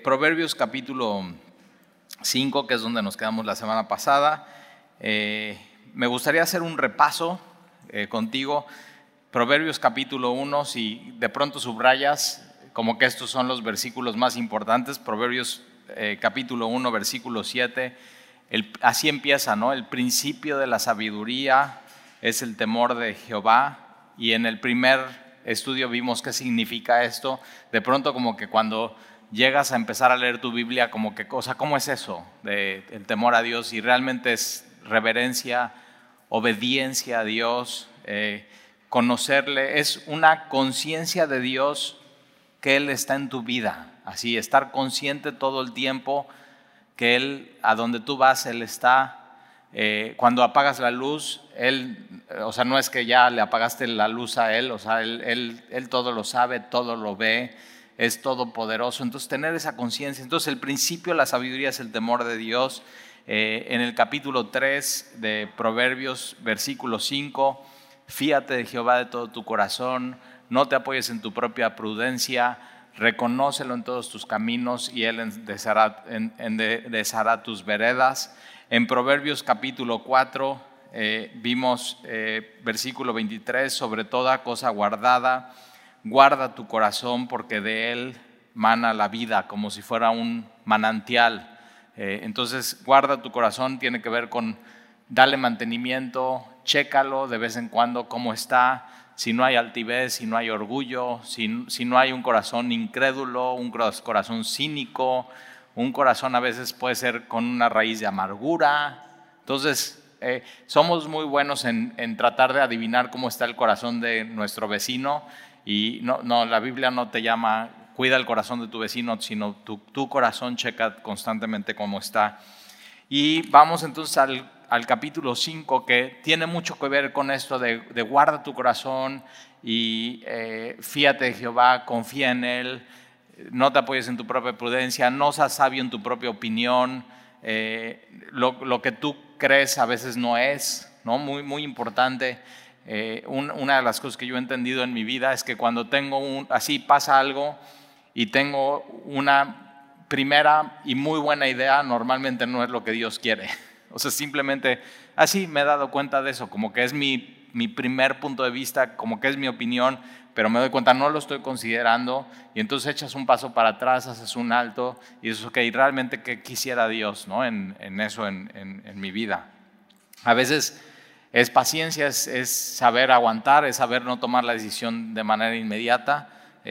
Proverbios capítulo 5, que es donde nos quedamos la semana pasada. Me gustaría hacer un repaso contigo. Proverbios capítulo 1, si de pronto subrayas, como que estos son los versículos más importantes. Proverbios capítulo 1, versículo 7, así empieza, ¿no? El principio de la sabiduría es el temor de Jehová. Y en el primer estudio vimos qué significa esto. De pronto como que cuando llegas a empezar a leer tu Biblia, como que, ¿cómo es eso del temor a Dios? Y realmente es reverencia, obediencia a Dios, conocerle, es una conciencia de Dios que Él está en tu vida, así, estar consciente todo el tiempo que Él, a donde tú vas, Él está. Cuando apagas la luz, Él, o sea, no es que ya le apagaste la luz a Él, o sea, Él todo lo sabe, todo lo ve, es todopoderoso. Entonces, tener esa conciencia. Entonces, el principio de la sabiduría es el temor de Dios. En el capítulo 3 de Proverbios, versículo 5, fíate de Jehová de todo tu corazón, no te apoyes en tu propia prudencia, reconócelo en todos tus caminos y Él enderezará tus veredas. En Proverbios capítulo 4 vimos versículo 23, sobre toda cosa guardada, guarda tu corazón porque de él mana la vida, como si fuera un manantial. Entonces, guarda tu corazón tiene que ver con darle mantenimiento, chécalo de vez en cuando cómo está, si no hay altivez, si no hay orgullo, si no hay un corazón incrédulo, un corazón cínico, un corazón a veces puede ser con una raíz de amargura. Entonces, somos muy buenos en tratar de adivinar cómo está el corazón de nuestro vecino y no, la Biblia no te llama cuida el corazón de tu vecino, sino tu corazón checa constantemente cómo está. Y vamos entonces al capítulo 5, que tiene mucho que ver con esto de guarda tu corazón y fíate de Jehová, confía en Él, no te apoyes en tu propia prudencia, no seas sabio en tu propia opinión, lo que tú crees a veces no es, ¿no? Muy, muy importante. Una de las cosas que yo he entendido en mi vida es que cuando así pasa algo y tengo una primera y muy buena idea, normalmente no es lo que Dios quiere. O sea, simplemente así me he dado cuenta de eso, como que es mi primer punto de vista, como que es mi opinión, pero me doy cuenta, no lo estoy considerando, y entonces echas un paso para atrás, haces un alto, y dices, ok, realmente qué quisiera Dios, ¿no? en eso, en mi vida. A veces es paciencia, es saber aguantar, es saber no tomar la decisión de manera inmediata,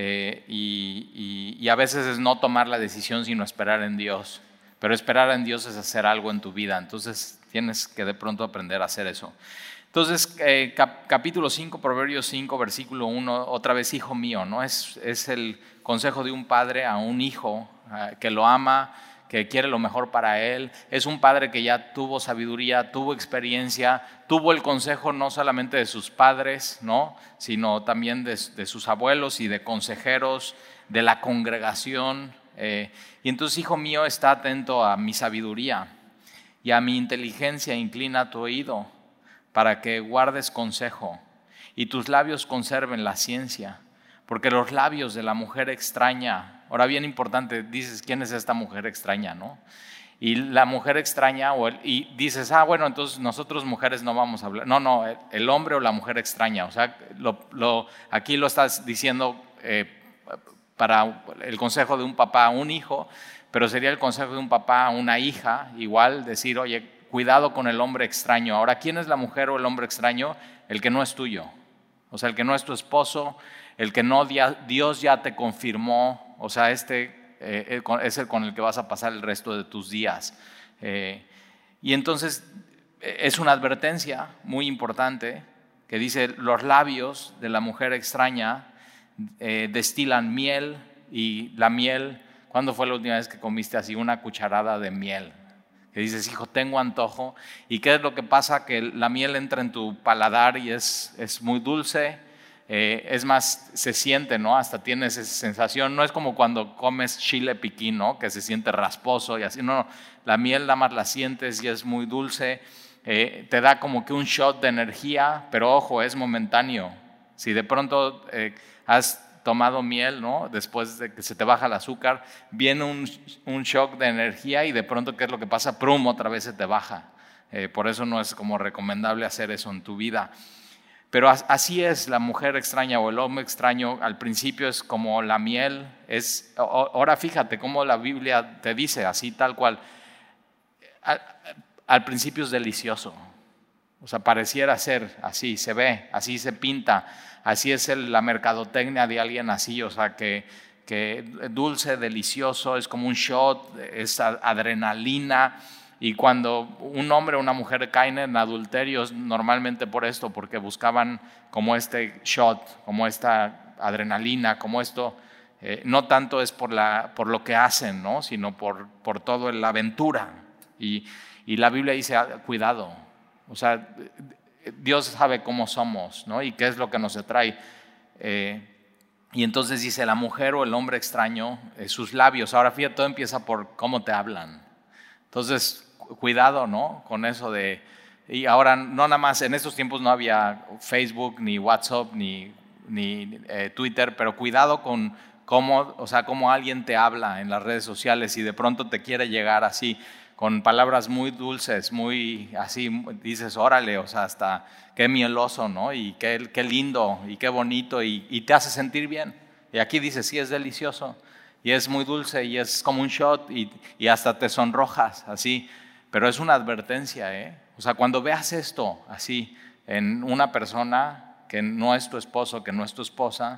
y a veces es no tomar la decisión sino esperar en Dios. Pero esperar en Dios es hacer algo en tu vida, entonces tienes que de pronto aprender a hacer eso. Entonces, capítulo 5, Proverbios 5, versículo 1, otra vez, hijo mío, ¿no? Es el consejo de un padre a un hijo que lo ama, que quiere lo mejor para él. Es un padre que ya tuvo sabiduría, tuvo experiencia, tuvo el consejo no solamente de sus padres, ¿no? Sino también de sus abuelos y de consejeros, de la congregación. Y entonces, hijo mío, está atento a mi sabiduría y a mi inteligencia, inclina tu oído para que guardes consejo y tus labios conserven la ciencia, porque los labios de la mujer extraña, ahora bien importante, dices, ¿quién es esta mujer extraña, no? Y la mujer extraña, y dices, bueno, entonces nosotros mujeres no vamos a hablar, no, el hombre o la mujer extraña, o sea, aquí lo estás diciendo para el consejo de un papá a un hijo, pero sería el consejo de un papá a una hija, igual decir, oye, cuidado con el hombre extraño. Ahora, ¿quién es la mujer o el hombre extraño? El que no es tuyo, o sea, el que no es tu esposo, el que no Dios ya te confirmó, o sea, es el con el que vas a pasar el resto de tus días. Y entonces es una advertencia muy importante que dice, los labios de la mujer extraña destilan miel, y la miel, ¿cuándo fue la última vez que comiste así una cucharada de miel? Que dices, hijo, tengo antojo. ¿Y qué es lo que pasa? Que la miel entra en tu paladar y es muy dulce. Es más, se siente, ¿no? Hasta tienes esa sensación. No es como cuando comes chile piquín, ¿no? Que se siente rasposo y así. No, la miel nada más la sientes y es muy dulce. Te da como que un shot de energía, pero ojo, es momentáneo. Si de pronto has tomado miel, ¿no? Después de que se te baja el azúcar, viene un shock de energía y de pronto, ¿qué es lo que pasa? ¡Prum! Otra vez se te baja. Por eso no es como recomendable hacer eso en tu vida. Pero así es la mujer extraña o el hombre extraño. Al principio es como la miel. Ahora fíjate cómo la Biblia te dice, así tal cual. Al principio es delicioso. O sea, pareciera ser así, se ve, así se pinta. Así es la mercadotecnia de alguien así. O sea, que dulce, delicioso, es como un shot, es adrenalina. Y cuando un hombre o una mujer caen en adulterio, es normalmente por esto, porque buscaban como este shot, como esta adrenalina, como esto. No tanto es por lo que hacen, ¿no? Sino por toda la aventura. Y la Biblia dice, cuidado. O sea, Dios sabe cómo somos, ¿no? Y qué es lo que nos atrae. Y entonces dice, la mujer o el hombre extraño, sus labios. Ahora fíjate, todo empieza por cómo te hablan. Entonces, cuidado, ¿no? Con eso de... Y ahora no nada más, en estos tiempos no había Facebook, ni WhatsApp, ni Twitter, pero cuidado con cómo alguien te habla en las redes sociales y de pronto te quiere llegar así, con palabras muy dulces, muy así, dices, órale, o sea, hasta qué mieloso, ¿no? Y qué lindo, y qué bonito, y te hace sentir bien. Y aquí dice, sí, es delicioso. Y es muy dulce y es como un shot y hasta te sonrojas así, pero es una advertencia, ¿eh? O sea, cuando veas esto así en una persona que no es tu esposo, que no es tu esposa,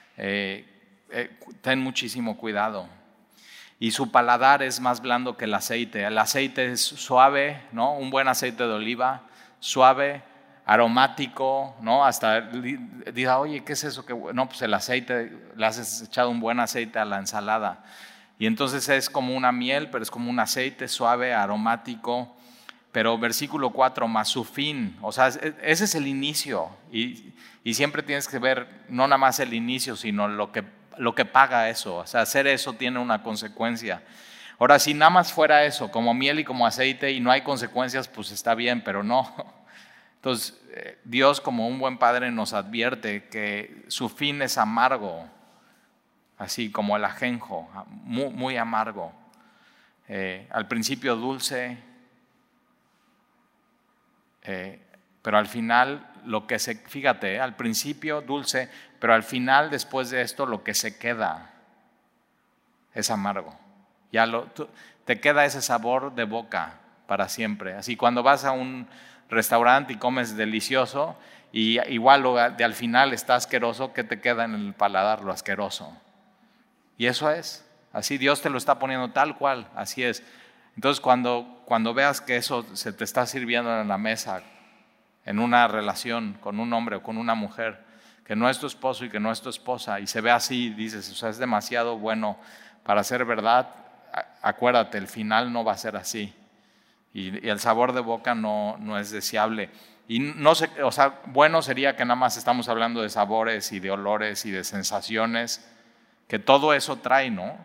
ten muchísimo cuidado. Y su paladar es más blando que el aceite. El aceite es suave, ¿no? Un buen aceite de oliva, suave, aromático, ¿no? Hasta diga, oye, ¿qué es eso? No, pues el aceite, le has echado un buen aceite a la ensalada. Y entonces es como una miel, pero es como un aceite suave, aromático. Pero versículo 4, más su fin. O sea, ese es el inicio. Y siempre tienes que ver no nada más el inicio, sino lo que paga eso. O sea, hacer eso tiene una consecuencia. Ahora, si nada más fuera eso, como miel y como aceite, y no hay consecuencias, pues está bien, pero no. Entonces, Dios como un buen padre nos advierte que su fin es amargo, así como el ajenjo, muy, muy amargo. Al principio dulce, pero al final fíjate, al principio dulce, pero al final después de esto lo que se queda es amargo. Te queda ese sabor de boca para siempre. Así cuando vas a un restaurante y comes delicioso y igual al final está asqueroso, ¿qué te queda en el paladar? Lo asqueroso. Y eso es, así Dios te lo está poniendo tal cual, así es. Entonces cuando veas que eso se te está sirviendo en la mesa, en una relación con un hombre o con una mujer, que no es tu esposo y que no es tu esposa, y se ve así, dices, o sea, es demasiado bueno para ser verdad, acuérdate, el final no va a ser así. Y el sabor de boca no es deseable. Y no sé, o sea, bueno sería que nada más estamos hablando de sabores y de olores y de sensaciones, que todo eso trae, ¿no?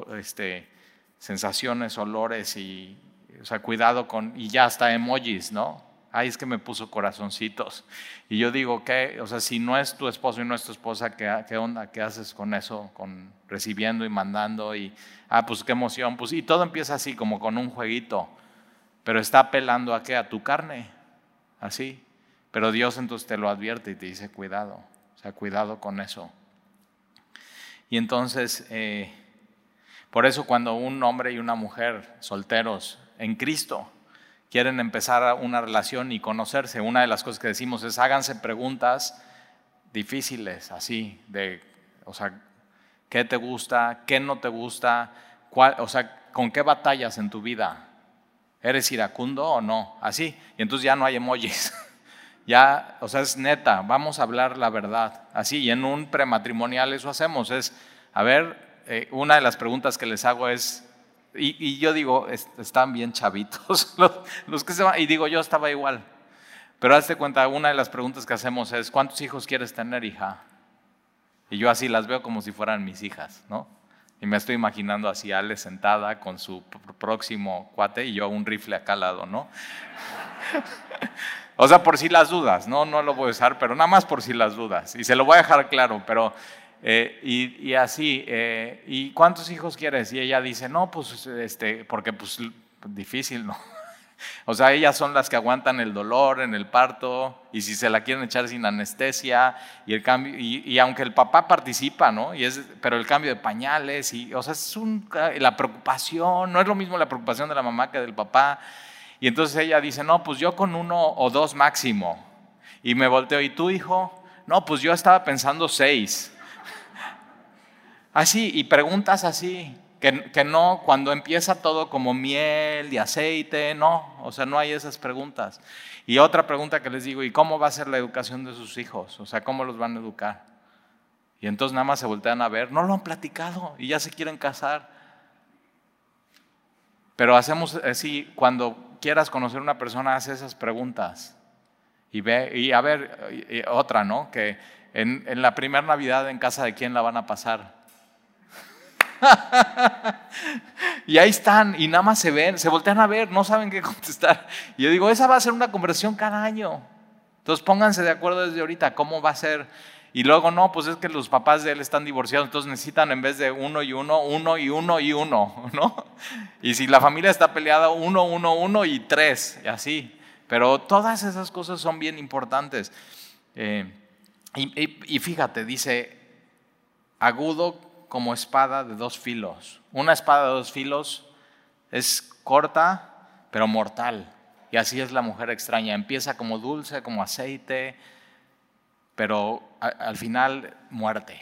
Sensaciones, olores o sea, cuidado y ya hasta emojis, ¿no? Ay, es que me puso corazoncitos. Y yo digo, ¿qué? O sea, si no es tu esposo y no es tu esposa, ¿qué onda? ¿Qué haces con eso? Con recibiendo y mandando pues qué emoción. Pues, y todo empieza así, como con un jueguito. Pero está apelando ¿a qué? A tu carne, así. Pero Dios entonces te lo advierte y te dice, cuidado. O sea, cuidado con eso. Y entonces, por eso cuando un hombre y una mujer solteros en Cristo quieren empezar una relación y conocerse, una de las cosas que decimos es háganse preguntas difíciles, así, o sea, ¿qué te gusta? ¿Qué no te gusta? O sea, ¿con qué batallas en tu vida? ¿Eres iracundo o no? Así, y entonces ya no hay emojis. Ya, o sea, es neta, vamos a hablar la verdad. Así, y en un prematrimonial eso hacemos, a ver, una de las preguntas que les hago es, y yo digo, están bien chavitos los que se van, y digo, yo estaba igual. Pero hazte cuenta, una de las preguntas que hacemos es, ¿cuántos hijos quieres tener, hija? Y yo así las veo como si fueran mis hijas, ¿no? Y me estoy imaginando así Ale sentada con su próximo cuate y yo un rifle acá al lado, ¿no? O sea, por si las dudas, no lo voy a usar, pero nada más por si las dudas. Y se lo voy a dejar claro, pero Y así, ¿y cuántos hijos quieres? Y ella dice, no, pues, porque pues difícil, ¿no? O sea, ellas son las que aguantan el dolor en el parto y si se la quieren echar sin anestesia y el cambio, y aunque el papá participa, ¿no? Pero el cambio de pañales, o sea, la preocupación, no es lo mismo la preocupación de la mamá que del papá. Y entonces ella dice, no, pues yo con 1 o 2 máximo. Y me volteo, ¿y tú, hijo? No, pues yo estaba pensando 6. Así, y preguntas así, que no, cuando empieza todo como miel y aceite, no, o sea, no hay esas preguntas. Y otra pregunta que les digo, ¿y cómo va a ser la educación de sus hijos? O sea, ¿cómo los van a educar? Y entonces nada más se voltean a ver, no lo han platicado y ya se quieren casar. Pero hacemos así, cuando quieras conocer a una persona, haz esas preguntas. Y ve, y a ver, otra, ¿no? Que en la primera Navidad, ¿en casa de quién la van a pasar? Y ahí están, y nada más se ven, se voltean a ver, no saben qué contestar. Y yo digo, esa va a ser una conversación cada año. Entonces pónganse de acuerdo desde ahorita, ¿cómo va a ser? Y luego no, pues es que los papás de él están divorciados, entonces necesitan en vez de 1 y 1, 1 y 1 y 1, ¿no? Y si la familia está peleada, 1, 1, 1 y 3, y así. Pero todas esas cosas son bien importantes. Y fíjate, dice, agudo como espada de 2 filos. Una espada de 2 filos es corta, pero mortal. Y así es la mujer extraña. Empieza como dulce, como aceite, pero al final muerte.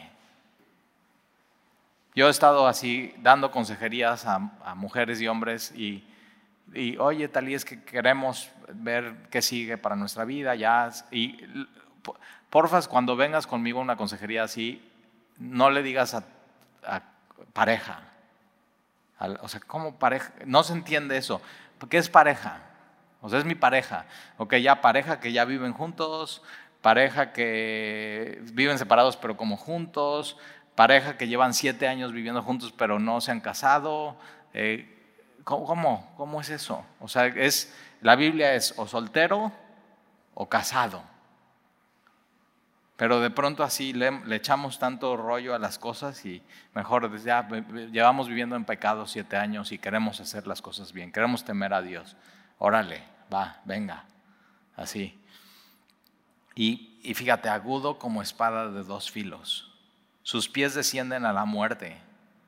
Yo he estado así dando consejerías a mujeres y hombres y oye, Talí, es que queremos ver qué sigue para nuestra vida. Y porfa, cuando vengas conmigo a una consejería así, no le digas a pareja. O sea, ¿cómo pareja? No se entiende eso. ¿Qué es pareja? O sea, es mi pareja. Ok, ya pareja que ya viven juntos, pareja que viven separados pero como juntos, pareja que llevan 7 años viviendo juntos pero no se han casado. ¿Cómo es eso? O sea, la Biblia es o soltero o casado. Pero de pronto así le echamos tanto rollo a las cosas y mejor ya llevamos viviendo en pecado 7 años y queremos hacer las cosas bien, queremos temer a Dios. Órale, va, venga, así. Y fíjate, agudo como espada de 2 filos. Sus pies descienden a la muerte.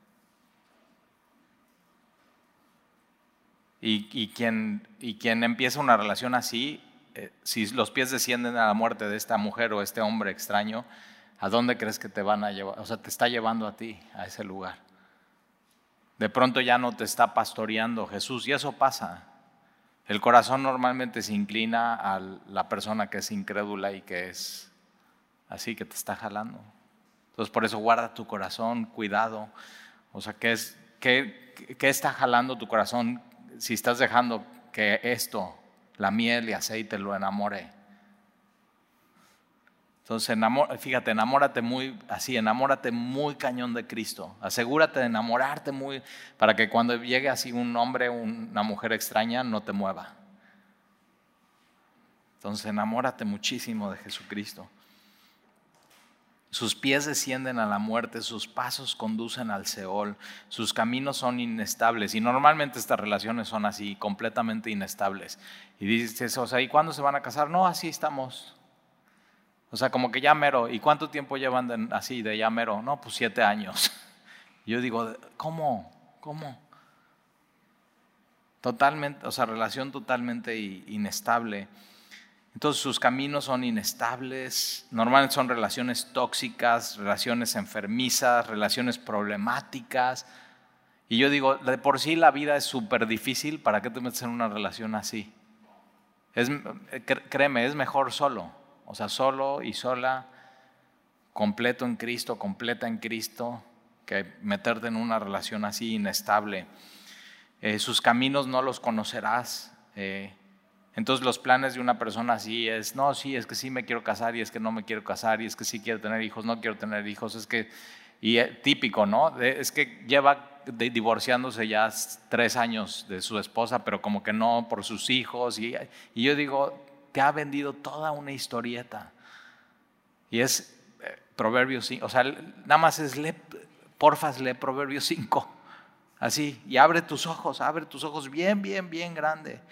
Y quien empieza una relación así, si los pies descienden a la muerte de esta mujer o este hombre extraño, ¿a dónde crees que te van a llevar? O sea, te está llevando a ti, a ese lugar. De pronto ya no te está pastoreando Jesús y eso pasa. El corazón normalmente se inclina a la persona que es incrédula y que es así, que te está jalando. Entonces por eso guarda tu corazón, cuidado. O sea, ¿qué está jalando tu corazón si estás dejando que esto, la miel y aceite, lo enamore? Entonces, fíjate, enamórate muy cañón de Cristo. Asegúrate de enamorarte muy, para que cuando llegue así un hombre o una mujer extraña no te mueva. Entonces, enamórate muchísimo de Jesucristo. Sus pies descienden a la muerte, sus pasos conducen al Seol, sus caminos son inestables. Y normalmente estas relaciones son así, completamente inestables. Y dices, o sea, ¿y cuándo se van a casar? No, así estamos. O sea, como que ya mero. ¿Y cuánto tiempo llevan así de ya mero? No, pues 7 años. Yo digo, ¿cómo? Totalmente, o sea, relación totalmente inestable. Entonces sus caminos son inestables, normalmente son relaciones tóxicas, relaciones enfermizas, relaciones problemáticas. Y yo digo, de por sí la vida es súper difícil, ¿para qué te metes en una relación así? Créeme, es mejor solo, o sea, solo y sola, completo en Cristo, completa en Cristo, que meterte en una relación así inestable. Sus caminos no los conocerás. Entonces los planes de una persona así es, no, sí, es que sí me quiero casar y es que no me quiero casar y es que sí quiero tener hijos, no quiero tener hijos, típico, ¿no? Es que lleva divorciándose ya 3 años de su esposa, pero como que no por sus hijos y yo digo, te ha vendido toda una historieta y es Proverbios 5, o sea, nada más porfa, lee Proverbios 5, así, y abre tus ojos bien, bien, bien grande.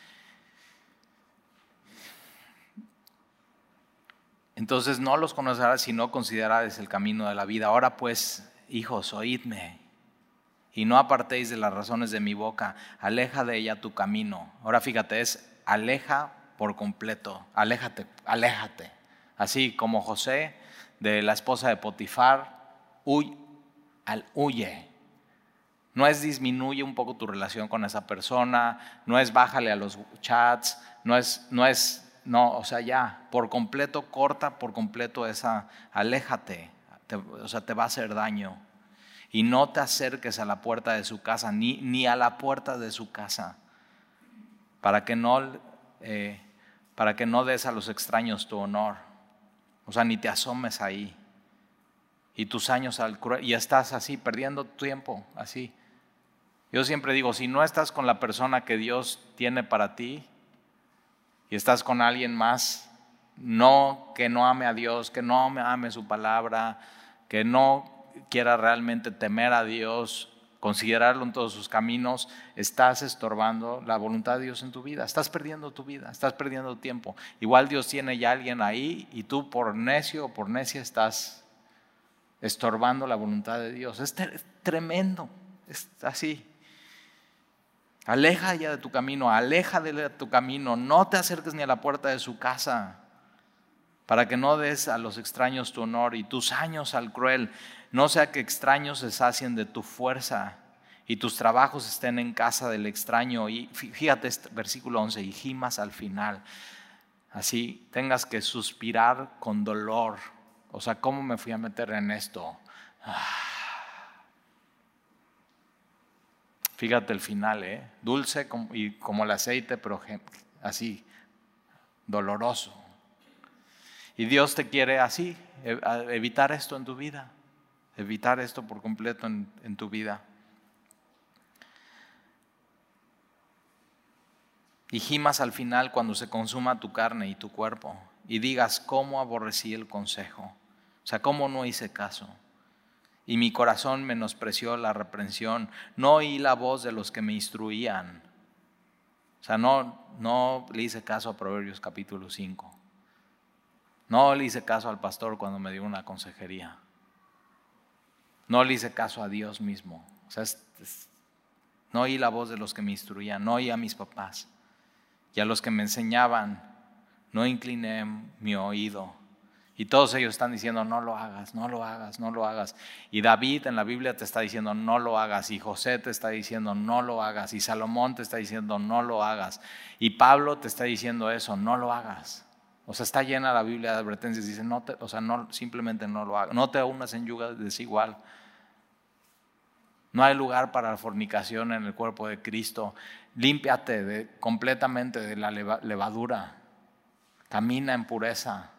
Entonces no los conocerás si no considerares el camino de la vida. Ahora pues, hijos, oídme, y no apartéis de las razones de mi boca, aleja de ella tu camino. Ahora fíjate, es aleja por completo, aléjate. Así como José de la esposa de Potifar, huye. No es disminuye un poco tu relación con esa persona, no es bájale a los chats, no, o sea, ya, por completo, corta por completo esa, aléjate, o sea, te va a hacer daño. Y no te acerques a la puerta de su casa, ni a la puerta de su casa, para que no des a los extraños tu honor. O sea, ni te asomes ahí. Y tus años y estás así, perdiendo tiempo, así. Yo siempre digo, si no estás con la persona que Dios tiene para ti y estás con alguien más, que no ame a Dios, que no ame su palabra, que no quiera realmente temer a Dios, considerarlo en todos sus caminos, estás estorbando la voluntad de Dios en tu vida, estás perdiendo tu vida, estás perdiendo tiempo. Igual Dios tiene ya alguien ahí y tú por necio o por necia estás estorbando la voluntad de Dios. Es tremendo, es así. Aleja ya de tu camino, aleja de tu camino, no te acerques ni a la puerta de su casa, para que no des a los extraños tu honor y tus años al cruel, no sea que extraños se sacien de tu fuerza y tus trabajos estén en casa del extraño. Y fíjate este versículo 11, y gimas al final, así tengas que suspirar con dolor. O sea, ¿cómo me fui a meter en esto? Fíjate el final, dulce como el aceite, pero así, doloroso. Y Dios te quiere así, evitar esto en tu vida, evitar esto por completo en tu vida. Y gimas al final cuando se consuma tu carne y tu cuerpo, y digas, ¿cómo aborrecí el consejo? O sea, ¿cómo no hice caso? Y mi corazón menospreció la reprensión, no oí la voz de los que me instruían. O sea, no le hice caso a Proverbios capítulo 5. No le hice caso al pastor cuando me dio una consejería. No le hice caso a Dios mismo. O sea, no oí la voz de los que me instruían, no oí a mis papás. Y a los que me enseñaban, no incliné mi oído. Y todos ellos están diciendo, no lo hagas, no lo hagas, no lo hagas. Y David en la Biblia te está diciendo, no lo hagas. Y José te está diciendo, no lo hagas. Y Salomón te está diciendo, no lo hagas. Y Pablo te está diciendo eso, no lo hagas. O sea, está llena la Biblia de advertencias. Dice, simplemente no lo hagas. No te unas en yugo desigual. No hay lugar para la fornicación en el cuerpo de Cristo. Límpiate completamente de la levadura. Camina en pureza.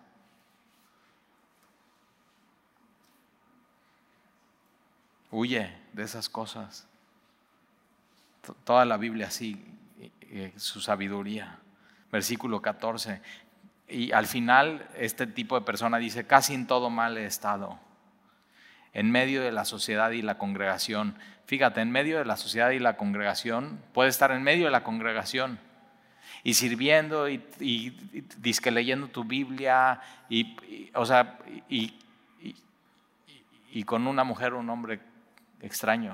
Huye de esas cosas. Toda la Biblia así, su sabiduría. Versículo 14. Y al final este tipo de persona dice, casi en todo mal he estado. En medio de la sociedad y la congregación. Fíjate, en medio de la sociedad y la congregación, puede estar en medio de la congregación y sirviendo y dizque leyendo tu Biblia y con una mujer o un hombre extraño.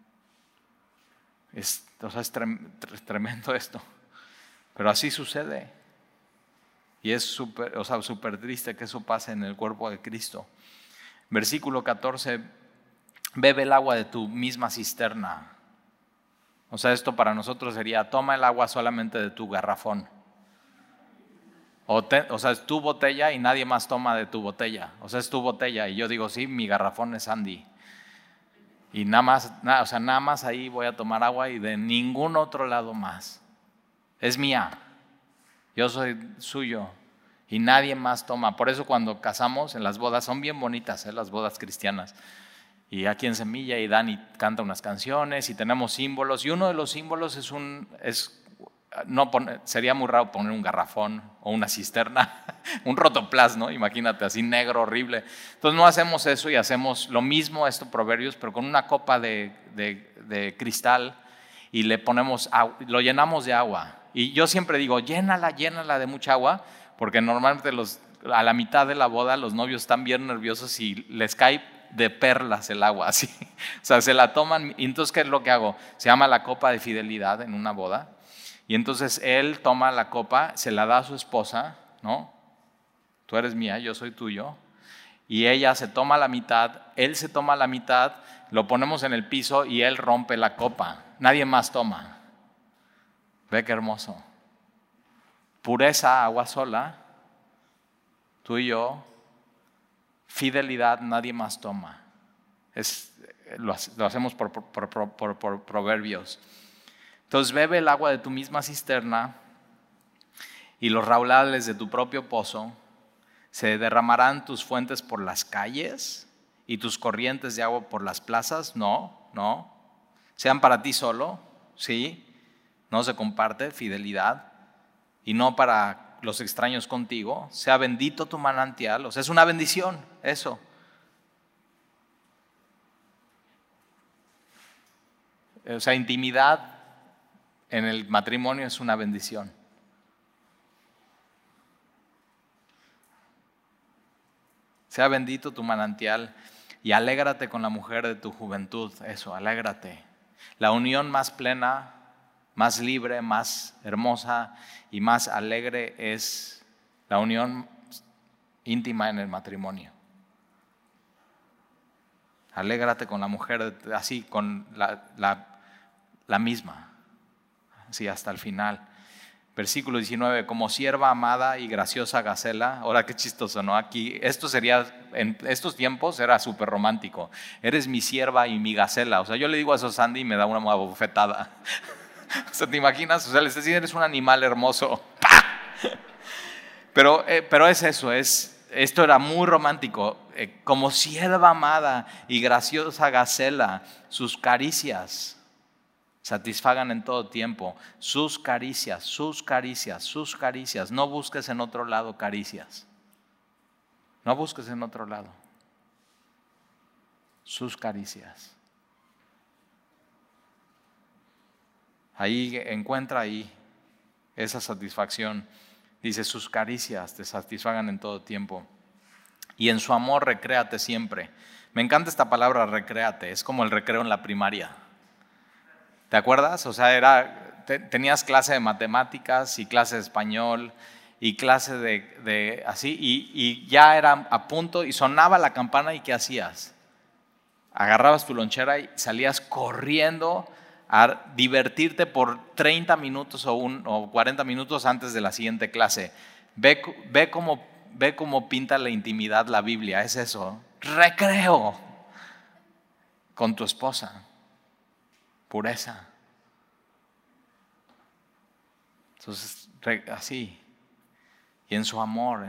Es tremendo esto, pero así sucede y es súper triste que eso pase en el cuerpo de Cristo. Versículo 14, bebe el agua de tu misma cisterna. O sea, esto para nosotros sería, toma el agua solamente de tu garrafón. O sea, es tu botella y nadie más toma de tu botella. O sea, es tu botella y yo digo, sí, mi garrafón es Andy. Y nada más ahí voy a tomar agua y de ningún otro lado más. Es mía. Yo soy suyo. Y nadie más toma. Por eso cuando casamos en las bodas, son bien bonitas, las bodas cristianas. Y aquí en Semilla y Dani canta unas canciones y tenemos símbolos. Y uno de los símbolos es sería muy raro poner un garrafón o una cisterna, un rotoplas, ¿no? Imagínate, así negro, horrible. Entonces no hacemos eso y hacemos lo mismo, estos proverbios, pero con una copa de cristal y lo llenamos de agua. Y yo siempre digo, llénala de mucha agua, porque normalmente a la mitad de la boda los novios están bien nerviosos y les cae de perlas el agua, así. O sea, se la toman. Y entonces, ¿qué es lo que hago? Se llama la copa de fidelidad en una boda. Y entonces él toma la copa, se la da a su esposa, ¿no? Tú eres mía, yo soy tuyo. Y ella se toma la mitad, él se toma la mitad, lo ponemos en el piso y él rompe la copa. Nadie más toma. Ve qué hermoso. Pureza, agua sola, tú y yo. Fidelidad, nadie más toma. Lo hacemos por proverbios. Entonces bebe el agua de tu misma cisterna y los raudales de tu propio pozo. Se derramarán tus fuentes por las calles y tus corrientes de agua por las plazas. No. Sean para ti solo, sí. No se comparte, fidelidad. Y no para los extraños contigo. Sea bendito tu manantial. O sea, es una bendición eso. O sea, intimidad en el matrimonio es una bendición. Sea bendito tu manantial y alégrate con la mujer de tu juventud. Eso, alégrate. La unión más plena, más libre, más hermosa y más alegre es la unión íntima en el matrimonio. Alégrate con la mujer así, con la misma, así hasta el final. Versículo 19, como sierva amada y graciosa Gacela. Ahora qué chistoso, ¿no? Aquí, en estos tiempos era súper romántico. Eres mi sierva y mi Gacela. O sea, yo le digo a eso a Sandy y me da una bofetada. O sea, ¿te imaginas? O sea, les decía, eres un animal hermoso. Pero es eso, esto era muy romántico. Como sierva amada y graciosa Gacela, sus caricias satisfagan en todo tiempo. Sus caricias. No busques en otro lado caricias. No busques en otro lado. Sus caricias. Encuentra ahí esa satisfacción. Dice, sus caricias te satisfagan en todo tiempo. Y en su amor recréate siempre. Me encanta esta palabra recréate. Es como el recreo en la primaria. ¿Te acuerdas? O sea, tenías clase de matemáticas y clase de español y clase de así, y ya era a punto y sonaba la campana y ¿qué hacías? Agarrabas tu lonchera y salías corriendo a divertirte por 30 minutos o 40 minutos antes de la siguiente clase. Ve cómo pinta la intimidad la Biblia, es eso, recreo con tu esposa. Pureza. Entonces, así. Y en su amor.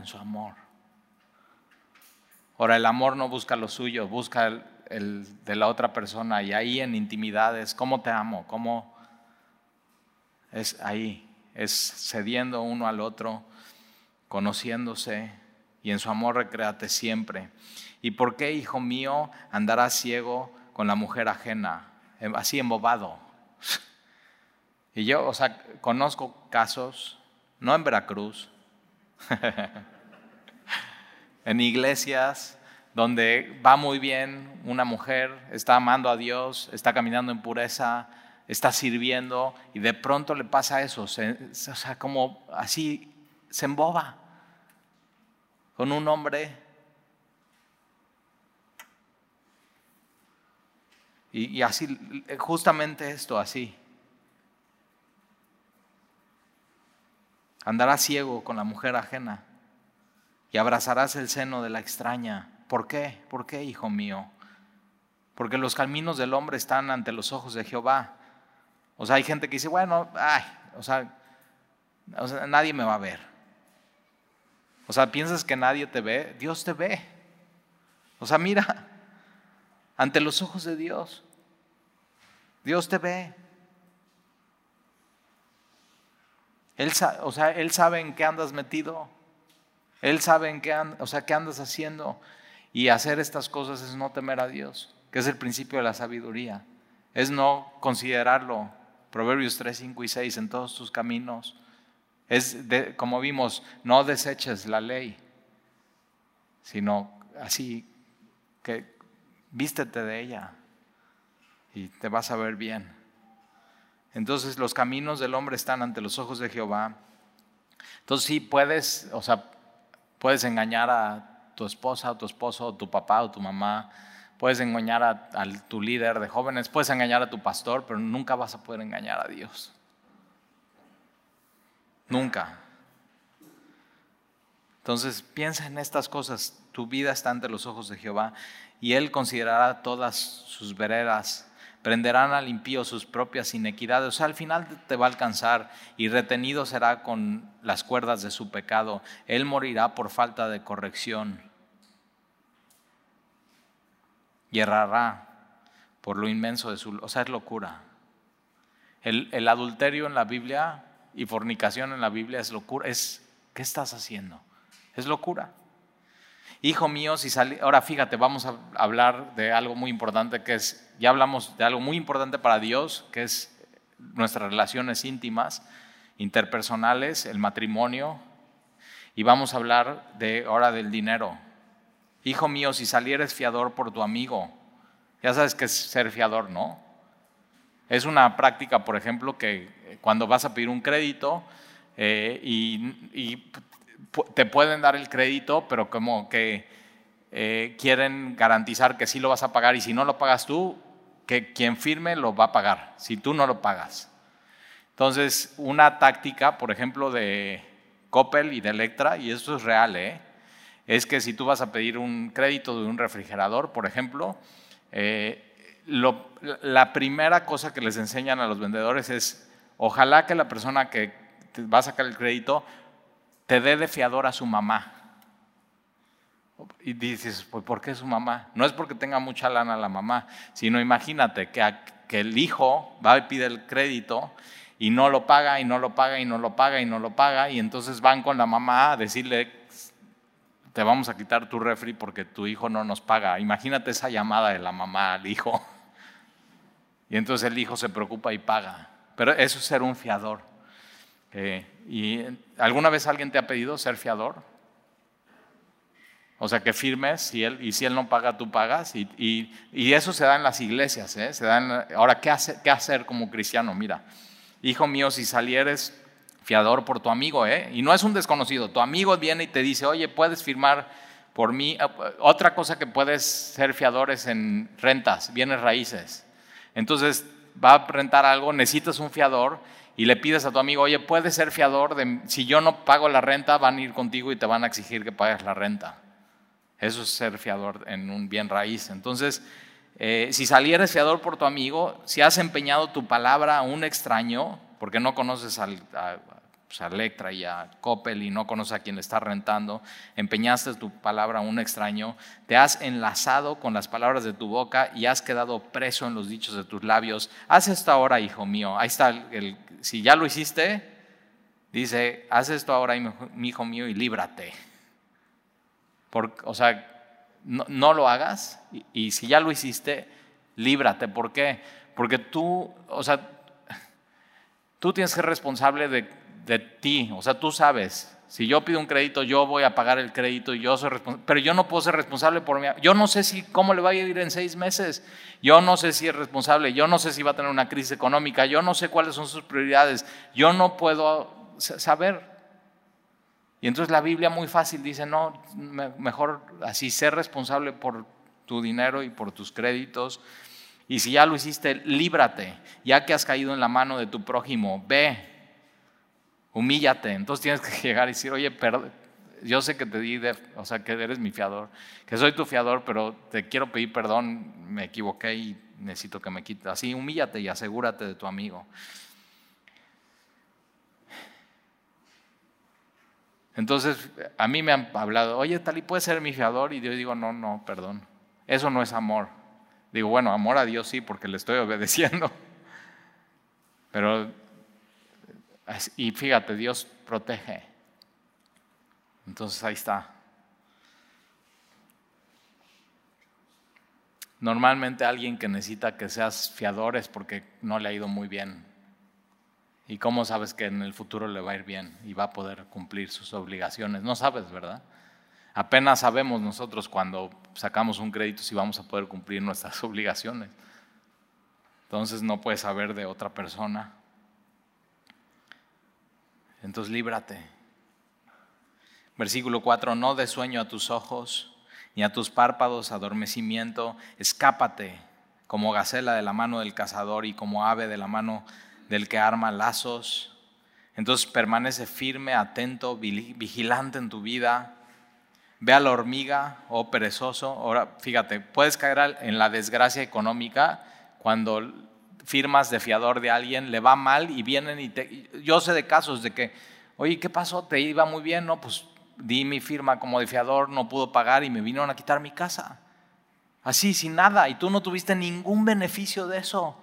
Ahora, el amor no busca lo suyo, busca el de la otra persona. Y ahí en intimidad es cómo te amo, cómo es ahí. Es cediendo uno al otro, conociéndose. Y en su amor recréate siempre. ¿Y por qué, hijo mío, andarás ciego con la mujer ajena? Así embobado. Y yo, o sea, conozco casos, no en Veracruz, en iglesias donde va muy bien una mujer, está amando a Dios, está caminando en pureza, está sirviendo y de pronto le pasa eso, o sea, como así se emboba con un hombre. Y así, justamente esto, así. Andarás ciego con la mujer ajena y abrazarás el seno de la extraña. ¿Por qué? ¿Por qué, hijo mío? Porque los caminos del hombre están ante los ojos de Jehová. O sea, hay gente que dice, bueno, o sea, nadie me va a ver. O sea, ¿piensas que nadie te ve? Dios te ve. O sea, mira, ante los ojos de Dios, Dios te ve. Él sabe en qué andas metido. Él sabe en qué andas haciendo. Y hacer estas cosas es no temer a Dios, que es el principio de la sabiduría. Es no considerarlo. Proverbios 3, 5 y 6, en todos tus caminos. Como vimos, no deseches la ley, sino así que vístete de ella y te vas a ver bien. Entonces los caminos del hombre están ante los ojos de Jehová. Entonces sí puedes engañar a tu esposa, o tu esposo, o tu papá, o tu mamá. Puedes engañar a tu líder de jóvenes, puedes engañar a tu pastor, pero nunca vas a poder engañar a Dios. Nunca. Entonces piensa en estas cosas. Tu vida está ante los ojos de Jehová y Él considerará todas sus veredas. Prenderán al impío sus propias inequidades. O sea, al final te va a alcanzar y retenido será con las cuerdas de su pecado. Él morirá por falta de corrección y errará por lo inmenso de su... O sea, es locura. El adulterio en la Biblia y fornicación en la Biblia es locura. ¿Qué estás haciendo? Es locura. Hijo mío, ahora fíjate, vamos a hablar de algo muy importante ya hablamos de algo muy importante para Dios, que es nuestras relaciones íntimas, interpersonales, el matrimonio, y vamos a hablar ahora del dinero. Hijo mío, si salieres fiador por tu amigo, ya sabes qué es ser fiador, ¿no? Es una práctica, por ejemplo, que cuando vas a pedir un crédito y te pueden dar el crédito, pero como que quieren garantizar que sí lo vas a pagar y si no lo pagas tú, que quien firme lo va a pagar, si tú no lo pagas. Entonces, una táctica, por ejemplo, de Coppel y de Electra, y esto es real, es que si tú vas a pedir un crédito de un refrigerador, por ejemplo, la primera cosa que les enseñan a los vendedores es, ojalá que la persona que te va a sacar el crédito te dé de fiador a su mamá. Y dices, pues ¿por qué su mamá? No es porque tenga mucha lana la mamá, sino imagínate que el hijo va y pide el crédito y no lo paga, y no lo paga, y no lo paga, y no lo paga, y entonces van con la mamá a decirle, te vamos a quitar tu refri porque tu hijo no nos paga. Imagínate esa llamada de la mamá al hijo. Y entonces el hijo se preocupa y paga. Pero eso es ser un fiador. ¿Y alguna vez alguien te ha pedido ser fiador? O sea, que firmes y si él no paga, tú pagas. Y eso se da en las iglesias. Ahora, ¿qué hacer como cristiano? Mira, hijo mío, si salieres fiador por tu amigo, y no es un desconocido, tu amigo viene y te dice, oye, puedes firmar por mí. Otra cosa que puedes ser fiador es en rentas, bienes raíces. Entonces va a rentar algo, necesitas un fiador y le pides a tu amigo, oye, puedes ser fiador, si yo no pago la renta, van a ir contigo y te van a exigir que pagues la renta. Eso es ser fiador en un bien raíz. Entonces, si salieres fiador por tu amigo, si has empeñado tu palabra a un extraño, porque no conoces a Electra y a Coppel y no conoces a quien le estás rentando, empeñaste tu palabra a un extraño, te has enlazado con las palabras de tu boca y has quedado preso en los dichos de tus labios. Haz esto ahora, hijo mío. Ahí está, si ya lo hiciste, dice, haz esto ahora, mi hijo mío, y líbrate. O sea, no lo hagas y si ya lo hiciste, líbrate. ¿Por qué? Porque tú tienes que ser responsable de ti. O sea, tú sabes, si yo pido un crédito, yo voy a pagar el crédito y yo soy responsable, pero yo no puedo ser responsable por mí. Yo no sé cómo le va a ir en 6 meses. Yo no sé si es responsable. Yo no sé si va a tener una crisis económica. Yo no sé cuáles son sus prioridades. Yo no puedo saber. Y entonces la Biblia muy fácil dice, no, mejor así ser responsable por tu dinero y por tus créditos. Y si ya lo hiciste, líbrate. Ya que has caído en la mano de tu prójimo, ve, humíllate. Entonces tienes que llegar y decir, oye, perdón, yo sé que te di, que eres mi fiador, que soy tu fiador, pero te quiero pedir perdón, me equivoqué y necesito que me quites. Así, humíllate y asegúrate de tu amigo. Entonces, a mí me han hablado, oye, Tali, ¿puedes ser mi fiador? Y yo digo, no, perdón. Eso no es amor. Digo, bueno, amor a Dios sí, porque le estoy obedeciendo. Pero Y fíjate, Dios protege. Entonces ahí está. Normalmente alguien que necesita que seas fiador es porque no le ha ido muy bien. ¿Y cómo sabes que en el futuro le va a ir bien y va a poder cumplir sus obligaciones? No sabes, ¿verdad? Apenas sabemos nosotros cuando sacamos un crédito si vamos a poder cumplir nuestras obligaciones. Entonces no puedes saber de otra persona. Entonces líbrate. Versículo 4, no des sueño a tus ojos, ni a tus párpados adormecimiento. Escápate como gacela de la mano del cazador y como ave de la mano del que arma lazos. Entonces permanece firme, atento, vigilante en tu vida. Ve a la hormiga, oh perezoso. Ahora fíjate, puedes caer en la desgracia económica cuando firmas de fiador de alguien, le va mal y vienen yo sé de casos de que, oye, ¿qué pasó? ¿Te iba muy bien? No, pues di mi firma como de fiador, no pudo pagar y me vinieron a quitar mi casa. Así, sin nada, y tú no tuviste ningún beneficio de eso.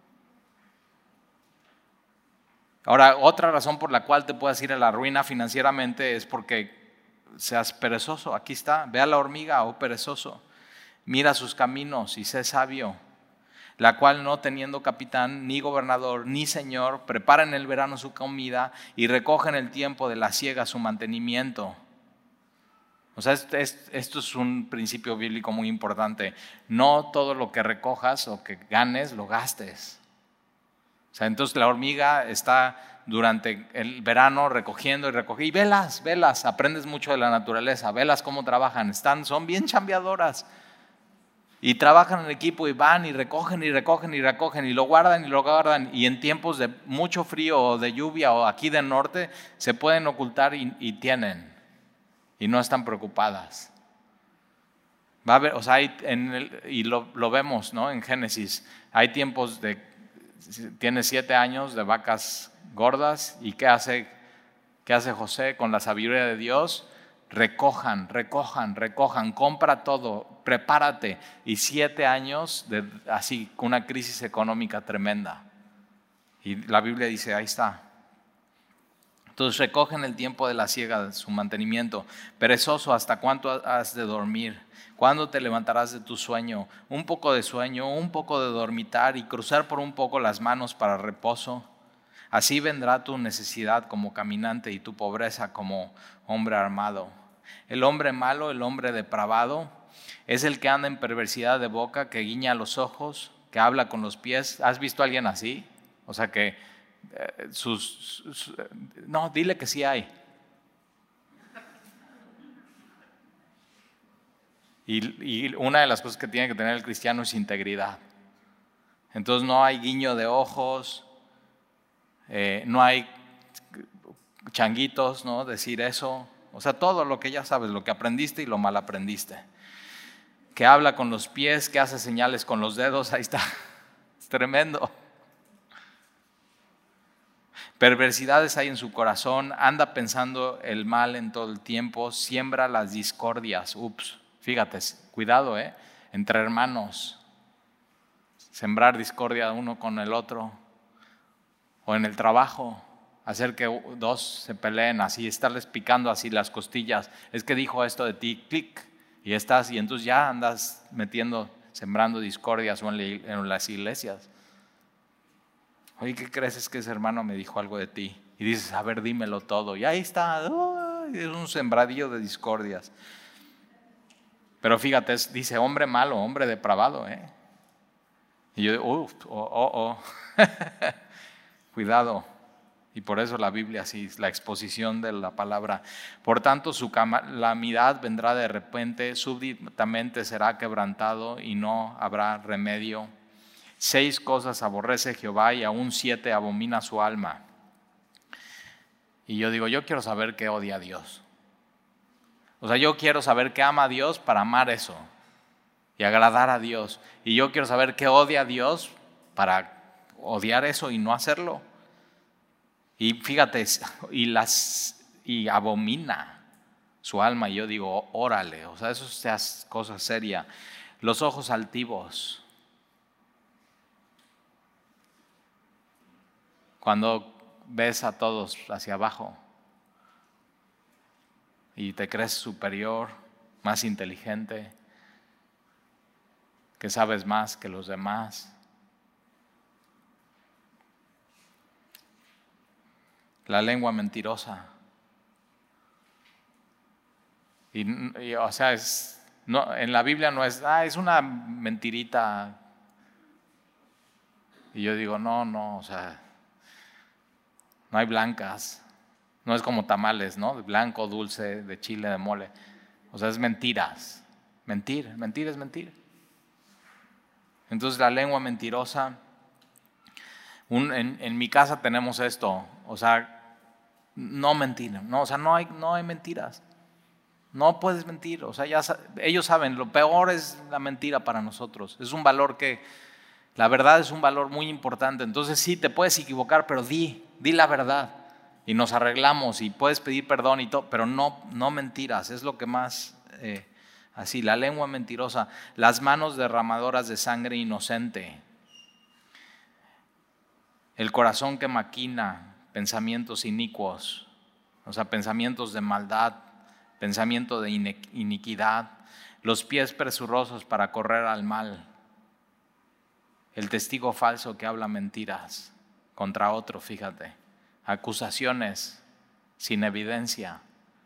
Ahora, otra razón por la cual te puedes ir a la ruina financieramente es porque seas perezoso. Aquí está, ve a la hormiga, oh perezoso, mira sus caminos y sé sabio, la cual no teniendo capitán, ni gobernador, ni señor, prepara en el verano su comida y recoge en el tiempo de la siega su mantenimiento. O sea, esto es un principio bíblico muy importante. No todo lo que recojas o que ganes lo gastes. O sea, entonces la hormiga está durante el verano recogiendo y velas, aprendes mucho de la naturaleza, velas cómo trabajan, son bien chambeadoras. Y trabajan en equipo y van y recogen y lo guardan y en tiempos de mucho frío o de lluvia o aquí del norte se pueden ocultar y tienen y no están preocupadas. Va a haber, o sea, lo vemos, ¿no? En Génesis hay tiempos tiene 7 años de vacas gordas y ¿qué hace José con la sabiduría de Dios? Recojan, compra todo, prepárate. Y 7 años de así, una crisis económica tremenda. Y la Biblia dice, ahí está. Entonces recogen el tiempo de la siega, de su mantenimiento. Perezoso, ¿hasta cuánto has de dormir? ¿Cuándo te levantarás de tu sueño? Un poco de sueño, un poco de dormitar y cruzar por un poco las manos para reposo. Así vendrá tu necesidad como caminante y tu pobreza como hombre armado. El hombre malo, el hombre depravado, es el que anda en perversidad de boca, que guiña los ojos, que habla con los pies. ¿Has visto a alguien así? O sea que no, dile que sí hay. Y una de las cosas que tiene que tener el cristiano es integridad. Entonces no hay guiño de ojos, no hay changuitos, ¿no? Decir eso. O sea, todo lo que ya sabes, lo que aprendiste y lo mal aprendiste. Que habla con los pies, que hace señales con los dedos, ahí está. Es tremendo. Perversidades hay en su corazón, anda pensando el mal en todo el tiempo, siembra las discordias. Fíjate, cuidado, entre hermanos. Sembrar discordia uno con el otro. O en el trabajo, hacer que dos se peleen así, estarles picando así las costillas. Es que dijo esto de ti, clic, y entonces ya andas sembrando discordias o en las iglesias. Oye, ¿qué crees? Es que ese hermano me dijo algo de ti. Y dices, a ver, dímelo todo. Y ahí está, es un sembradillo de discordias. Pero fíjate, dice hombre malo, hombre depravado. Y yo, cuidado. Y por eso la Biblia así, la exposición de la palabra. Por tanto, su calamidad vendrá de repente, súbitamente será quebrantado y no habrá remedio. 6 cosas aborrece Jehová y aún 7 abomina su alma. Y yo digo, yo quiero saber qué odia a Dios. O sea, yo quiero saber qué ama a Dios para amar eso y agradar a Dios. Y yo quiero saber qué odia a Dios para odiar eso y no hacerlo. Y fíjate, y abomina su alma. Y yo digo, órale, o sea, eso es cosa seria. Los ojos altivos. Cuando ves a todos hacia abajo y te crees superior, más inteligente, que sabes más que los demás. La lengua mentirosa. O sea, en la Biblia no es una mentirita. Y yo digo, no, o sea, no hay blancas. No es como tamales, ¿no? De blanco, dulce, de chile, de mole. O sea, es mentiras. Mentir es mentir. Entonces la lengua mentirosa. En mi casa tenemos esto. O sea, no mentir. No, o sea, no hay mentiras. No puedes mentir. O sea, ellos saben, lo peor es la mentira para nosotros. Es un valor la verdad es un valor muy importante. Entonces sí, te puedes equivocar, pero di la verdad. Y nos arreglamos y puedes pedir perdón y todo, pero no mentiras. Es lo que más, así, la lengua mentirosa. Las manos derramadoras de sangre inocente. El corazón que maquina pensamientos inicuos. O sea, pensamientos de maldad, pensamiento de iniquidad. Los pies presurosos para correr al mal. El testigo falso que habla mentiras contra otro, fíjate. Acusaciones sin evidencia.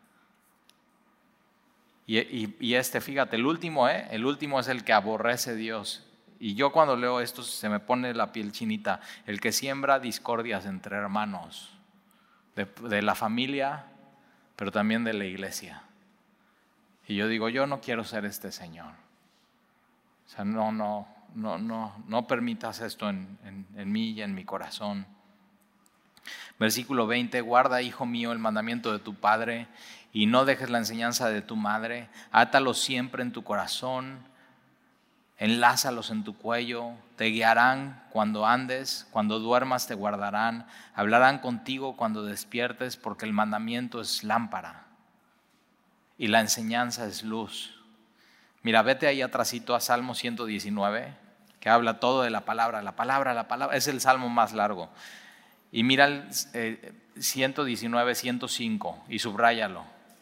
Y fíjate, el último es el que aborrece a Dios. Y yo cuando leo esto se me pone la piel chinita. El que siembra discordias entre hermanos, de la familia, pero también de la iglesia. Y yo digo, yo no quiero ser este señor. O sea, no permitas esto en mí y en mi corazón. Versículo 20, guarda, hijo mío, el mandamiento de tu padre y no dejes la enseñanza de tu madre. Átalos siempre en tu corazón, enlázalos en tu cuello. Te guiarán cuando andes, cuando duermas te guardarán. Hablarán contigo cuando despiertes, porque el mandamiento es lámpara y la enseñanza es luz. Mira, vete ahí atrásito a Salmo 119, que habla todo de la palabra. La palabra, es el salmo más largo. Y mira el 119, 105 y subráyalo.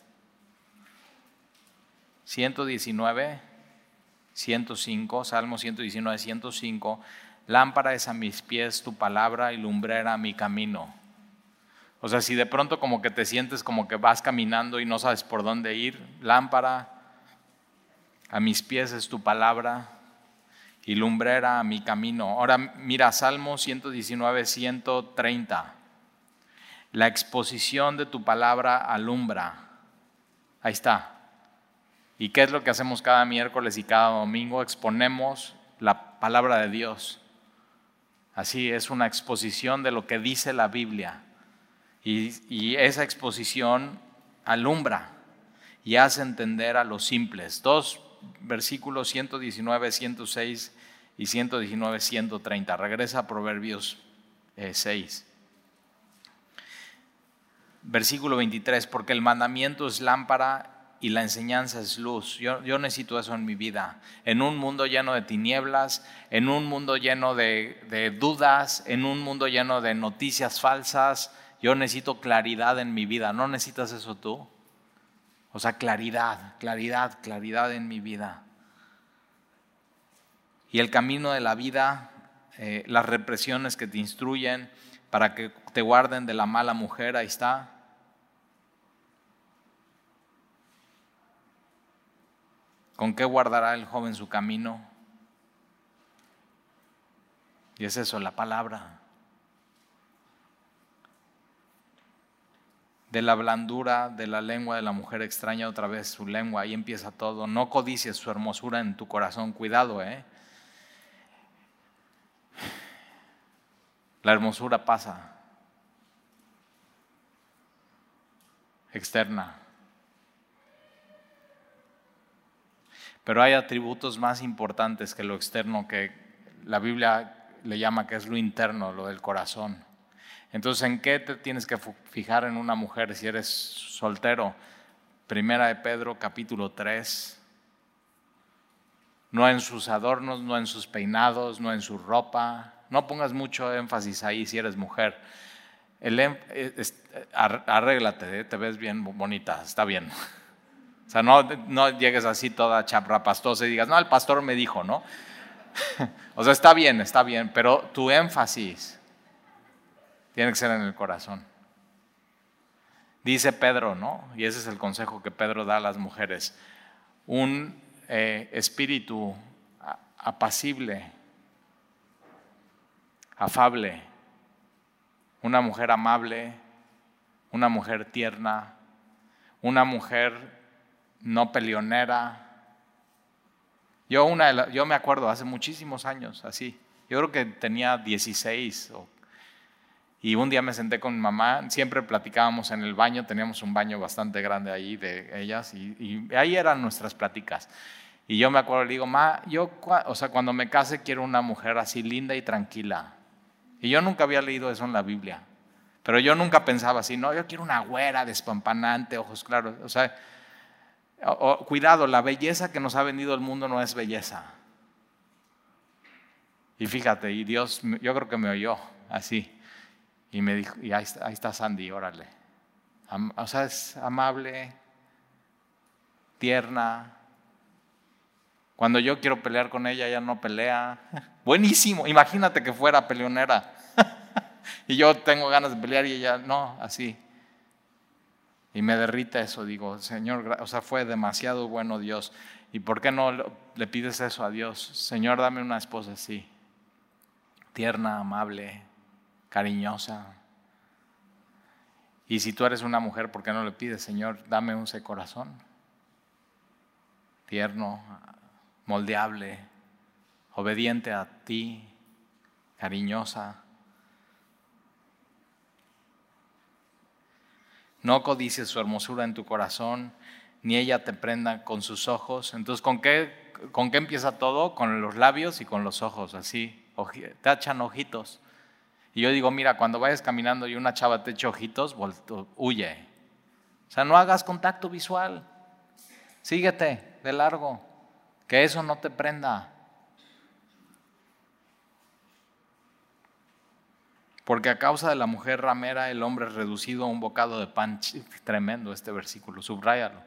119, 105, Salmo 119, 105. Lámpara es a mis pies tu palabra y lumbrera a mi camino. O sea, si de pronto como que te sientes como que vas caminando y no sabes por dónde ir, lámpara a mis pies es tu palabra y lumbrera a mi camino. Ahora mira, Salmo 119, 130. La exposición de tu palabra alumbra. Ahí está. ¿Y qué es lo que hacemos cada miércoles y cada domingo? Exponemos la palabra de Dios. Así es una exposición de lo que dice la Biblia. Y esa exposición alumbra y hace entender a los simples. Dos versículos 119, 106 y 119, 130. Regresa a Proverbios 6. Versículo 23, porque el mandamiento es lámpara y la enseñanza es luz. Yo necesito eso en mi vida. En un mundo lleno de tinieblas, en un mundo lleno de dudas, en un mundo lleno de noticias falsas, yo necesito claridad en mi vida. ¿No necesitas eso tú? O sea, claridad en mi vida. Y el camino de la vida, las represiones que te instruyen para que te guarden de la mala mujer, ahí está. ¿Con qué guardará el joven su camino? Y es eso, la palabra. De la blandura de la lengua de la mujer extraña otra vez su lengua. Ahí empieza todo. No codicies su hermosura en tu corazón. Cuidado, La hermosura pasa. Externa. Pero hay atributos más importantes que lo externo, que la Biblia le llama que es lo interno, lo del corazón. Entonces, ¿en qué te tienes que fijar en una mujer si eres soltero? Primera de Pedro, capítulo 3. No en sus adornos, no en sus peinados, no en su ropa. No pongas mucho énfasis ahí si eres mujer. arréglate, te ves bien bonita, está bien. O sea, no llegues así toda chaprapastosa y digas, no, el pastor me dijo, ¿no? O sea, está bien, pero tu énfasis tiene que ser en el corazón. Dice Pedro, ¿no? Y ese es el consejo que Pedro da a las mujeres. Un espíritu apacible, afable, una mujer amable, una mujer tierna, una mujer no peleonera. Yo me acuerdo hace muchísimos años así. Yo creo que tenía 16 y un día me senté con mi mamá, siempre platicábamos en el baño, teníamos un baño bastante grande ahí de ellas y ahí eran nuestras pláticas. Y yo me acuerdo, le digo, ma, cuando me case quiero una mujer así linda y tranquila. Y yo nunca había leído eso en la Biblia, pero yo nunca pensaba así, no, yo quiero una güera despampanante, ojos claros. O sea, cuidado, la belleza que nos ha vendido el mundo no es belleza. Y fíjate, y Dios, yo creo que me oyó así. Y me dijo, y ahí está Sandy, órale. O sea, es amable, tierna. Cuando yo quiero pelear con ella, ella no pelea. Buenísimo, imagínate que fuera peleonera. Y yo tengo ganas de pelear y ella no, así. Y me derrita eso, digo, Señor, o sea, fue demasiado bueno Dios. ¿Y por qué no le pides eso a Dios? Señor, dame una esposa así, tierna, amable, cariñosa. Y si tú eres una mujer, ¿por qué no le pides, Señor, dame ese corazón? Tierno, moldeable, obediente a ti, cariñosa. No codicies su hermosura en tu corazón, ni ella te prenda con sus ojos. Entonces, ¿con qué empieza todo? Con los labios y con los ojos, así. Te echan ojitos. Y yo digo, mira, cuando vayas caminando y una chava te eche ojitos, huye. O sea, no hagas contacto visual. Síguete de largo. Que eso no te prenda. Porque a causa de la mujer ramera, el hombre es reducido a un bocado de pan. Tremendo este versículo, subráyalo.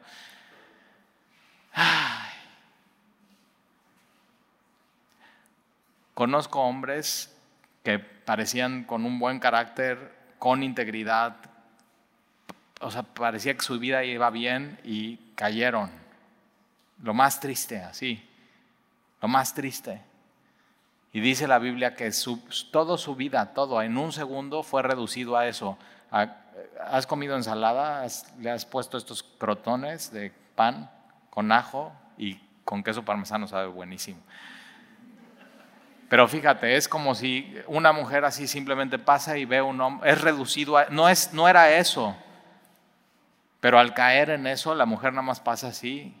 Conozco hombres que parecían con un buen carácter, con integridad, o sea, parecía que su vida iba bien y cayeron. Lo más triste, así, lo más triste. Y dice la Biblia que toda su vida, todo en un segundo fue reducido a eso. ¿Has comido ensalada? ¿Le has puesto estos crotones de pan con ajo y con queso parmesano? Sabe buenísimo. Pero fíjate, es como si una mujer así simplemente pasa y ve un hombre, es reducido a, no era eso. Pero al caer en eso, la mujer nada más pasa así.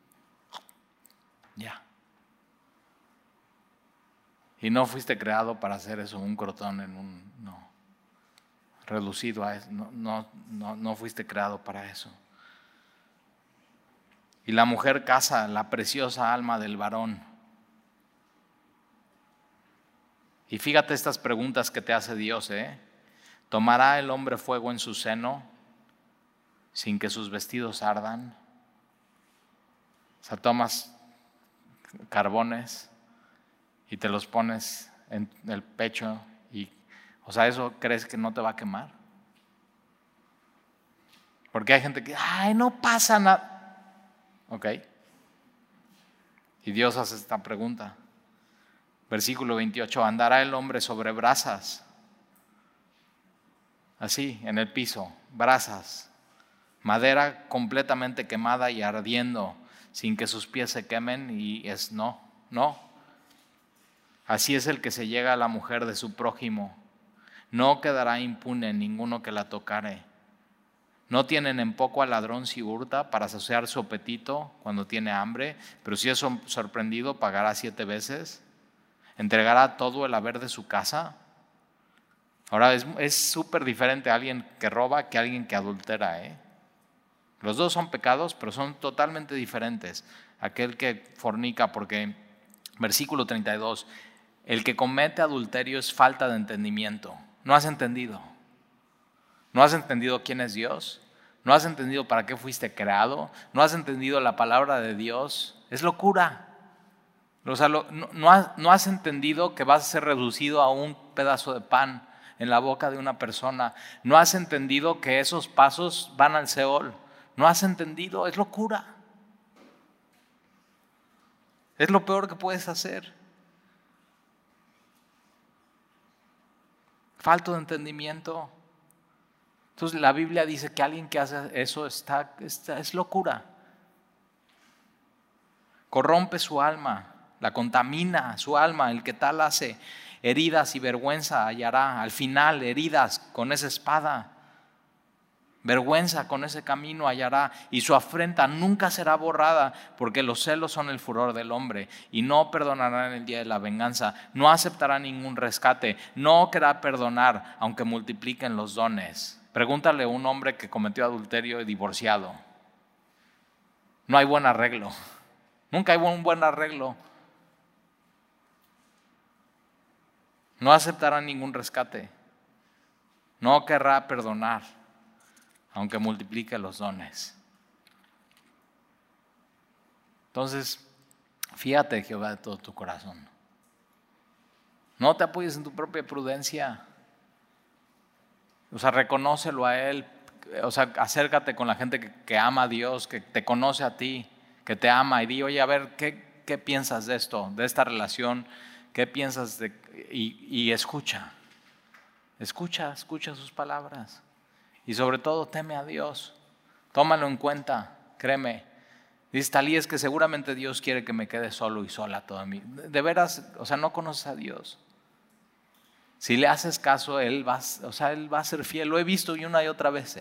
Ya. Y no fuiste creado para hacer eso, un crotón no. Reducido a eso, no fuiste creado para eso. Y la mujer caza la preciosa alma del varón. Y fíjate estas preguntas que te hace Dios, ¿Tomará el hombre fuego en su seno sin que sus vestidos ardan? O sea, tomas carbones y te los pones en el pecho y, o sea, ¿eso crees que no te va a quemar? Porque hay gente que, no pasa nada. Ok. Y Dios hace esta pregunta. Versículo 28, ¿andará el hombre sobre brasas? Así, en el piso, brasas, madera completamente quemada y ardiendo, sin que sus pies se quemen, y no. Así es el que se llega a la mujer de su prójimo. No quedará impune ninguno que la tocare. No tienen en poco al ladrón si hurta para saciar su apetito cuando tiene hambre, pero si es sorprendido pagará 7 veces. ¿Entregará todo el haber de su casa? Ahora es súper diferente a alguien que roba que a alguien que adultera. Los dos son pecados, pero son totalmente diferentes. Aquel que fornica, porque versículo 32, el que comete adulterio es falta de entendimiento. No has entendido. ¿No has entendido quién es Dios? ¿No has entendido para qué fuiste creado? ¿No has entendido la palabra de Dios? Es locura. O sea, no has entendido que vas a ser reducido a un pedazo de pan en la boca de una persona. No has entendido que esos pasos van al Seol. No has entendido, es locura. Es lo peor que puedes hacer. Falta de entendimiento. Entonces la Biblia dice que alguien que hace eso es locura. Corrompe su alma, la contamina su alma. El que tal hace heridas y vergüenza hallará. Al final, heridas con esa espada. Vergüenza con ese camino hallará, y su afrenta nunca será borrada, porque los celos son el furor del hombre, y no perdonará en el día de la venganza, no aceptará ningún rescate, no querrá perdonar, aunque multipliquen los dones. Pregúntale a un hombre que cometió adulterio y divorciado. No hay buen arreglo, nunca hay un buen arreglo. No aceptará ningún rescate, no querrá perdonar, aunque multiplique los dones. Entonces, fíjate, Jehová, de todo tu corazón. No te apoyes en tu propia prudencia. O sea, reconócelo a Él. O sea, acércate con la gente que ama a Dios, que te conoce a ti, que te ama, y di, oye, a ver, ¿qué piensas de esto, de esta relación? ¿Qué piensas de...? Y escucha sus palabras. Y sobre todo, teme a Dios. Tómalo en cuenta, créeme. Dice Talí, es que seguramente Dios quiere que me quede solo y sola toda mi vida. De veras, o sea, no conoces a Dios. Si le haces caso, Él va a ser fiel. Lo he visto una y otra vez.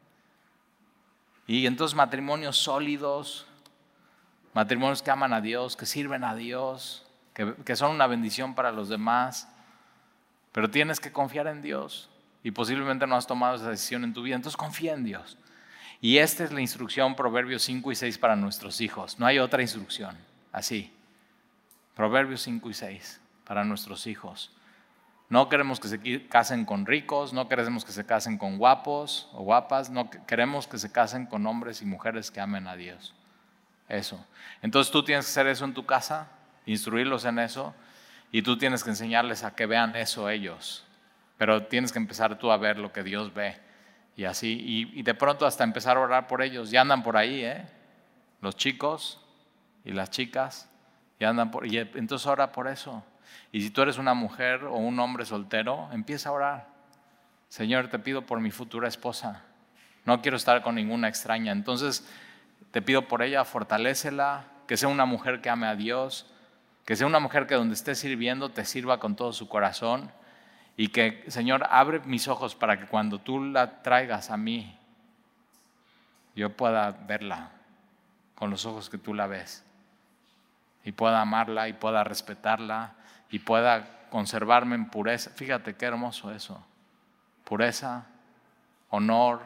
Y entonces matrimonios sólidos, matrimonios que aman a Dios, que sirven a Dios, que son una bendición para los demás. Pero tienes que confiar en Dios. Y posiblemente no has tomado esa decisión en tu vida, entonces confía en Dios. Y esta es la instrucción, Proverbios 5 y 6 para nuestros hijos. No hay otra instrucción, así. Proverbios 5 y 6 para nuestros hijos. No queremos que se casen con ricos, no queremos que se casen con guapos o guapas, no queremos que se casen con hombres y mujeres que amen a Dios. Eso. Entonces tú tienes que hacer eso en tu casa, instruirlos en eso, y tú tienes que enseñarles a que vean eso ellos. Pero tienes que empezar tú a ver lo que Dios ve. Y así, y de pronto hasta empezar a orar por ellos. Ya andan por ahí, los chicos y las chicas. Y entonces ora por eso. Y si tú eres una mujer o un hombre soltero, empieza a orar. Señor, te pido por mi futura esposa. No quiero estar con ninguna extraña. Entonces te pido por ella, fortalécela, que sea una mujer que ame a Dios, que sea una mujer que donde esté sirviendo te sirva con todo su corazón. Y que, Señor, abre mis ojos para que cuando tú la traigas a mí, yo pueda verla con los ojos que tú la ves. Y pueda amarla y pueda respetarla y pueda conservarme en pureza. Fíjate qué hermoso eso. Pureza, honor.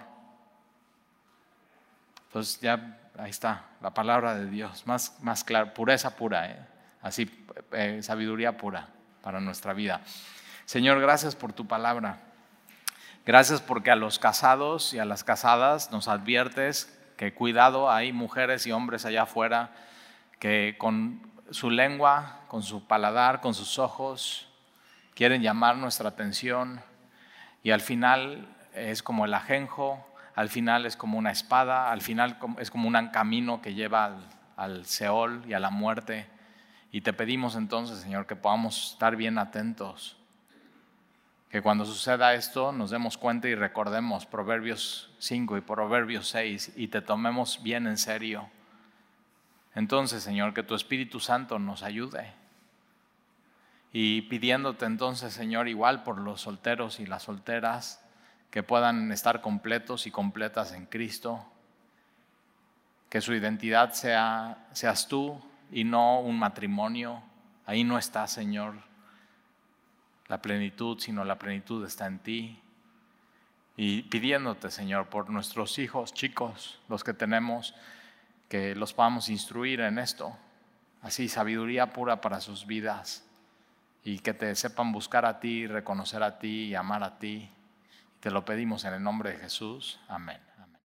Entonces ya ahí está la palabra de Dios, más clara, pureza pura, así, sabiduría pura para nuestra vida. Señor, gracias por tu palabra. Gracias porque a los casados y a las casadas nos adviertes que cuidado, hay mujeres y hombres allá afuera que con su lengua, con su paladar, con sus ojos, quieren llamar nuestra atención y al final es como el ajenjo, al final es como una espada, al final es como un camino que lleva al Seol y a la muerte. Y te pedimos entonces, Señor, que podamos estar bien atentos. Que cuando suceda esto nos demos cuenta y recordemos Proverbios 5 y Proverbios 6 y te tomemos bien en serio. Entonces, Señor, que tu Espíritu Santo nos ayude. Y pidiéndote entonces, Señor, igual por los solteros y las solteras, que puedan estar completos y completas en Cristo. Que su identidad seas tú y no un matrimonio. Ahí no está, Señor, la plenitud, sino la plenitud está en ti. Y pidiéndote, Señor, por nuestros hijos chicos, los que tenemos, que los podamos instruir en esto. Así, sabiduría pura para sus vidas. Y que te sepan buscar a ti, reconocer a ti y amar a ti. Te lo pedimos en el nombre de Jesús. Amén.